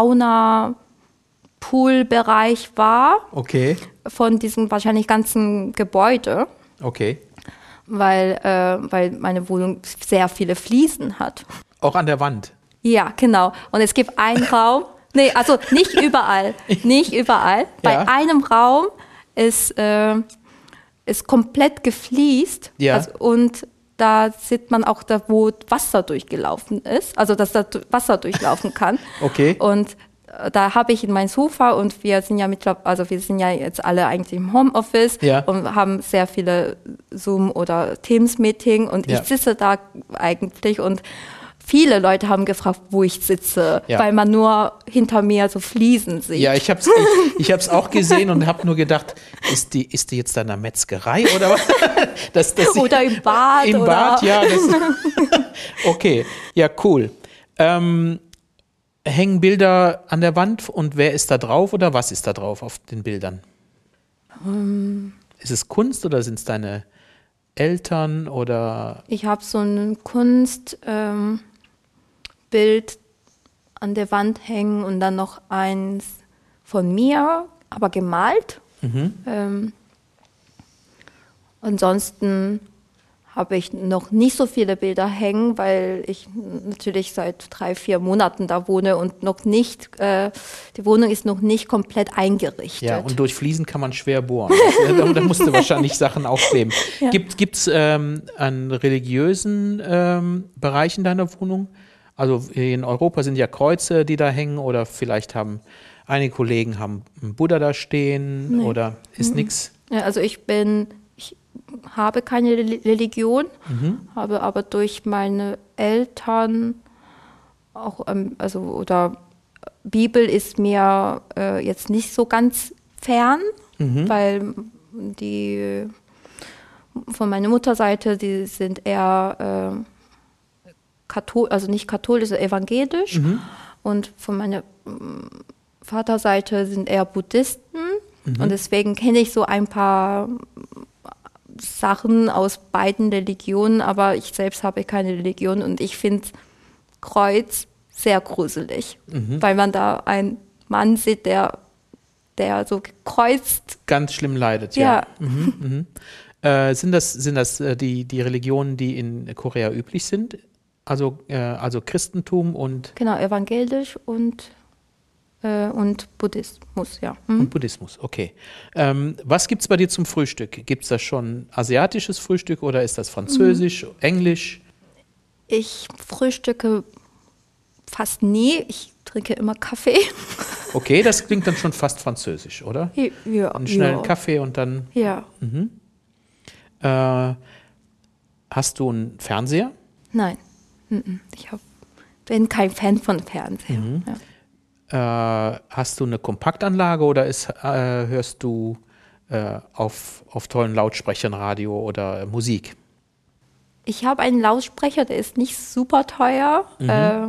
Sauna-Pool-Bereich war. Okay. Von diesem wahrscheinlich ganzen Gebäude. Okay. Weil, äh, weil meine Wohnung sehr viele Fliesen hat. Auch an der Wand? Ja, genau. Und es gibt einen Raum, Nee, also nicht überall. Nicht überall. Bei Ja. einem Raum ist, äh, ist komplett gefliest. Ja. Also, und da sieht man auch da, wo Wasser durchgelaufen ist. Also, dass da Wasser durchlaufen kann. Okay. Und äh, da habe ich in mein Sofa und wir sind ja mittlerweile, also wir sind ja jetzt alle eigentlich im Homeoffice Ja. und haben sehr viele Zoom- oder Teams-Meeting und Ja. ich sitze da eigentlich und viele Leute haben gefragt, wo ich sitze, Ja. weil man nur hinter mir so Fliesen sieht. Ja, ich habe es ich, ich hab's auch gesehen und habe nur gedacht, ist die, ist die jetzt da in der Metzgerei oder was? Das, das Oder im Bad. Im oder Bad, ja. Das, okay, ja, cool. Ähm, hängen Bilder an der Wand und wer ist da drauf oder was ist da drauf auf den Bildern? Um, Ist es Kunst oder sind es deine Eltern oder? Ich habe so ein Kunstbild ähm, Bild an der Wand hängen und dann noch eins von mir, aber gemalt. Mhm. Ähm, ansonsten habe ich noch nicht so viele Bilder hängen, weil ich natürlich seit drei, vier Monaten da wohne und noch nicht, äh, die Wohnung ist noch nicht komplett eingerichtet. Ja, und durch Fliesen kann man schwer bohren. Da, da musst du wahrscheinlich Sachen aufkleben. Ja. Gibt es ähm, einen religiösen ähm, Bereich in deiner Wohnung? Also in Europa sind ja Kreuze, die da hängen oder vielleicht haben einige Kollegen haben einen Buddha da stehen Nee. oder ist Mhm. nichts? Ja, also ich bin, ich habe keine Reli- Religion, Mhm. habe aber durch meine Eltern auch, ähm, also oder Bibel ist mir äh, jetzt nicht so ganz fern, Mhm. weil die von meiner Mutterseite, die sind eher äh, katholisch, also nicht katholisch, evangelisch. Mhm. Und von meiner ähm, Vaterseite sind eher Buddhisten. Mhm. Und deswegen kenne ich so ein paar Sachen aus beiden Religionen, aber ich selbst habe keine Religion und ich finde Kreuz sehr gruselig, Mhm. weil man da einen Mann sieht, der, der so gekreuzt. Ganz schlimm leidet, ja. Ja. Mhm. Mhm. Äh, sind das, sind das äh, die, die Religionen, die in Korea üblich sind? Also, äh, also Christentum und, Genau, evangelisch und, äh, und Buddhismus, ja. Mhm. und Buddhismus, okay. Ähm, was gibt es bei dir zum Frühstück? Gibt es da schon asiatisches Frühstück oder ist das Französisch, Mhm. Englisch? Ich frühstücke fast nie, ich trinke immer Kaffee. Okay, das klingt dann schon fast französisch, oder? Ja, Einen schnellen ja. Kaffee und dann. Ja, Mhm. Äh, hast du einen Fernseher? nein. Mhm. Ich hab, bin kein Fan von Fernsehen. Mhm. Ja. Äh, hast du eine Kompaktanlage oder ist, äh, hörst du äh, auf, auf tollen Lautsprechern Radio oder äh, Musik? Ich habe einen Lautsprecher, der ist nicht super teuer. Mhm. Äh,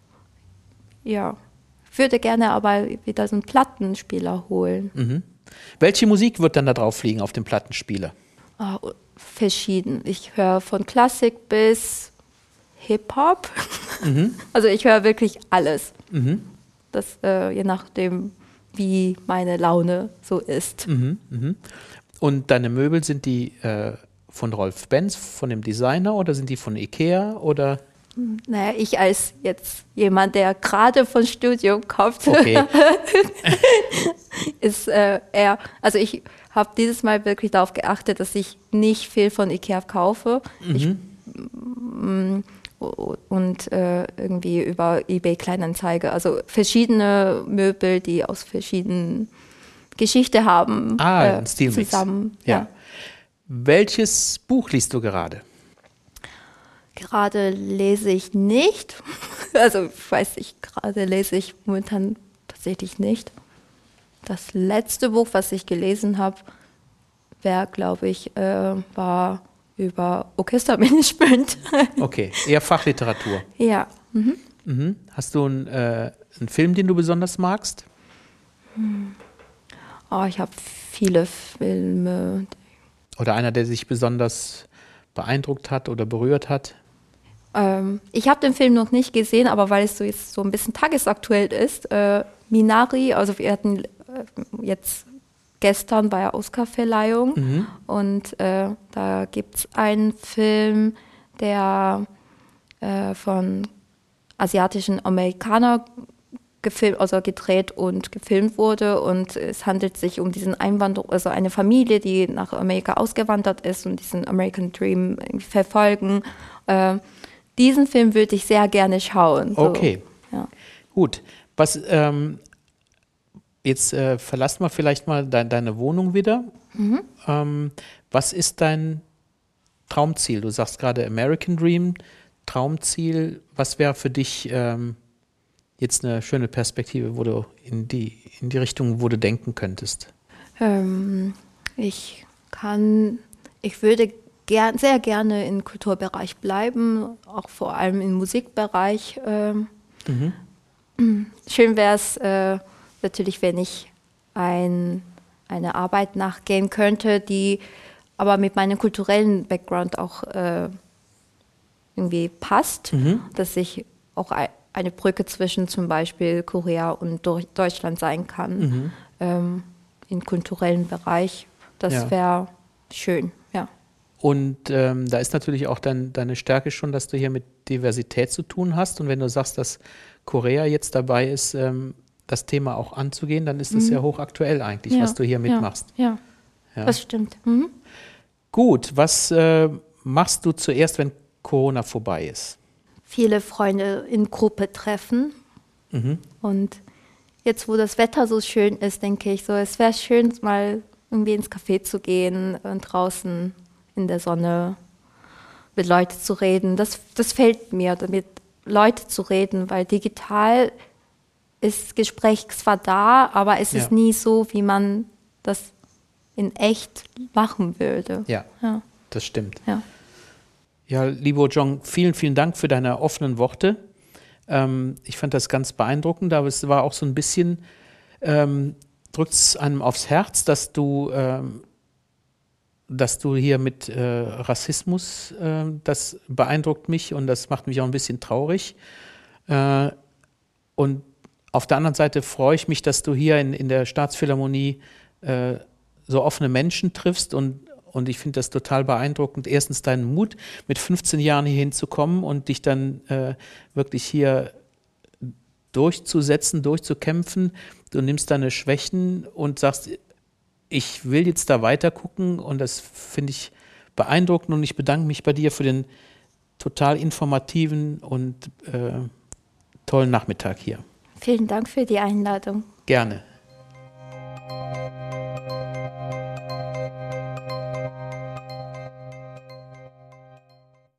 ja, würde gerne aber wieder so einen Plattenspieler holen. Mhm. Welche Musik wird dann da drauf liegen auf dem Plattenspieler? Ah, verschieden. Ich höre von Klassik bis Hip-Hop. Mhm. Also ich höre wirklich alles. Mhm. Das, äh, je nachdem, wie meine Laune so ist. Mhm. Mhm. Und deine Möbel, sind die äh, von Rolf Benz, von dem Designer oder sind die von Ikea oder? Naja, ich als jetzt jemand, der gerade von Studium kommt, Okay. ist äh, eher, also ich habe dieses Mal wirklich darauf geachtet, dass ich nicht viel von Ikea kaufe. Mhm. Ich, mm, und äh, irgendwie über eBay Kleinanzeige, also verschiedene Möbel, die aus verschiedenen Geschichten haben, Ah, äh, ein Stilmix. zusammen. Ja. Ja. Welches Buch liest du gerade? Gerade lese ich nicht. Also ich weiß nicht, gerade lese ich momentan tatsächlich nicht. Das letzte Buch, was ich gelesen habe, wäre, glaube ich, äh, war über Orchestermanagement. Okay, eher Fachliteratur. Ja. Mhm. Mhm. Hast du einen, äh, einen Film, den du besonders magst? Oh, ich habe viele Filme. Oder einer, der sich besonders beeindruckt hat oder berührt hat? Ähm, ich habe den Film noch nicht gesehen, aber weil es so jetzt so ein bisschen tagesaktuell ist, äh, Minari, also wir hatten äh, jetzt gestern bei der Oscarverleihung Mhm. und äh, da gibt es einen Film, der äh, von asiatischen Amerikanern gefilmt, also gedreht und gefilmt wurde. Und es handelt sich um diesen Einwanderung, also eine Familie, die nach Amerika ausgewandert ist und diesen American Dream verfolgen. Äh, diesen Film würde ich sehr gerne schauen. So. Okay, ja. Gut. Was, ähm, jetzt äh, verlassen wir vielleicht mal de deine Wohnung wieder. Mhm. Ähm, was ist dein Traumziel? Du sagst gerade American Dream, Traumziel. Was wäre für dich ähm, jetzt eine schöne Perspektive, wo du in die, in die Richtung, wo du denken könntest? Ähm, ich kann, ich würde gern, sehr gerne im Kulturbereich bleiben, auch vor allem im Musikbereich. Ähm, mhm. Schön wäre es äh, natürlich, wenn ich ein, eine Arbeit nachgehen könnte, die aber mit meinem kulturellen Background auch äh, irgendwie passt, mhm. dass ich auch ein, eine Brücke zwischen zum Beispiel Korea und Deutschland sein kann, mhm. ähm, im kulturellen Bereich. Das ja. wäre schön, ja. Und ähm, da ist natürlich auch dein, deine Stärke schon, dass du hier mit Diversität zu tun hast. Und wenn du sagst, dass Korea jetzt dabei ist, ähm, das Thema auch anzugehen, dann ist das mhm. ja hochaktuell eigentlich, ja. was du hier mitmachst. Ja, ja. ja. das stimmt. Mhm. Gut, was äh, machst du zuerst, wenn Corona vorbei ist? Viele Freunde in Gruppe treffen. Mhm. Und jetzt, wo das Wetter so schön ist, denke ich so, es wäre schön, mal irgendwie ins Café zu gehen und draußen in der Sonne mit Leuten zu reden. Das, das fällt mir, mit Leuten zu reden, weil digital ist Gespräch zwar da, aber es ja. ist nie so, wie man das in echt machen würde. Ja, ja. das stimmt. Ja. Ja, Libo Jong, vielen, vielen Dank für deine offenen Worte. Ähm, ich fand das ganz beeindruckend, aber es war auch so ein bisschen, ähm, drückt es einem aufs Herz, dass du, ähm, dass du hier mit äh, Rassismus, äh, das beeindruckt mich und das macht mich auch ein bisschen traurig. Äh, und auf der anderen Seite freue ich mich, dass du hier in, in der Staatsphilharmonie äh, so offene Menschen triffst und Und ich finde das total beeindruckend. Erstens deinen Mut, mit fünfzehn Jahren hier hinzukommen und dich dann äh, wirklich hier durchzusetzen, durchzukämpfen. Du nimmst deine Schwächen und sagst, ich will jetzt da weiter gucken. Und das finde ich beeindruckend. Und ich bedanke mich bei dir für den total informativen und äh, tollen Nachmittag hier. Vielen Dank für die Einladung. Gerne.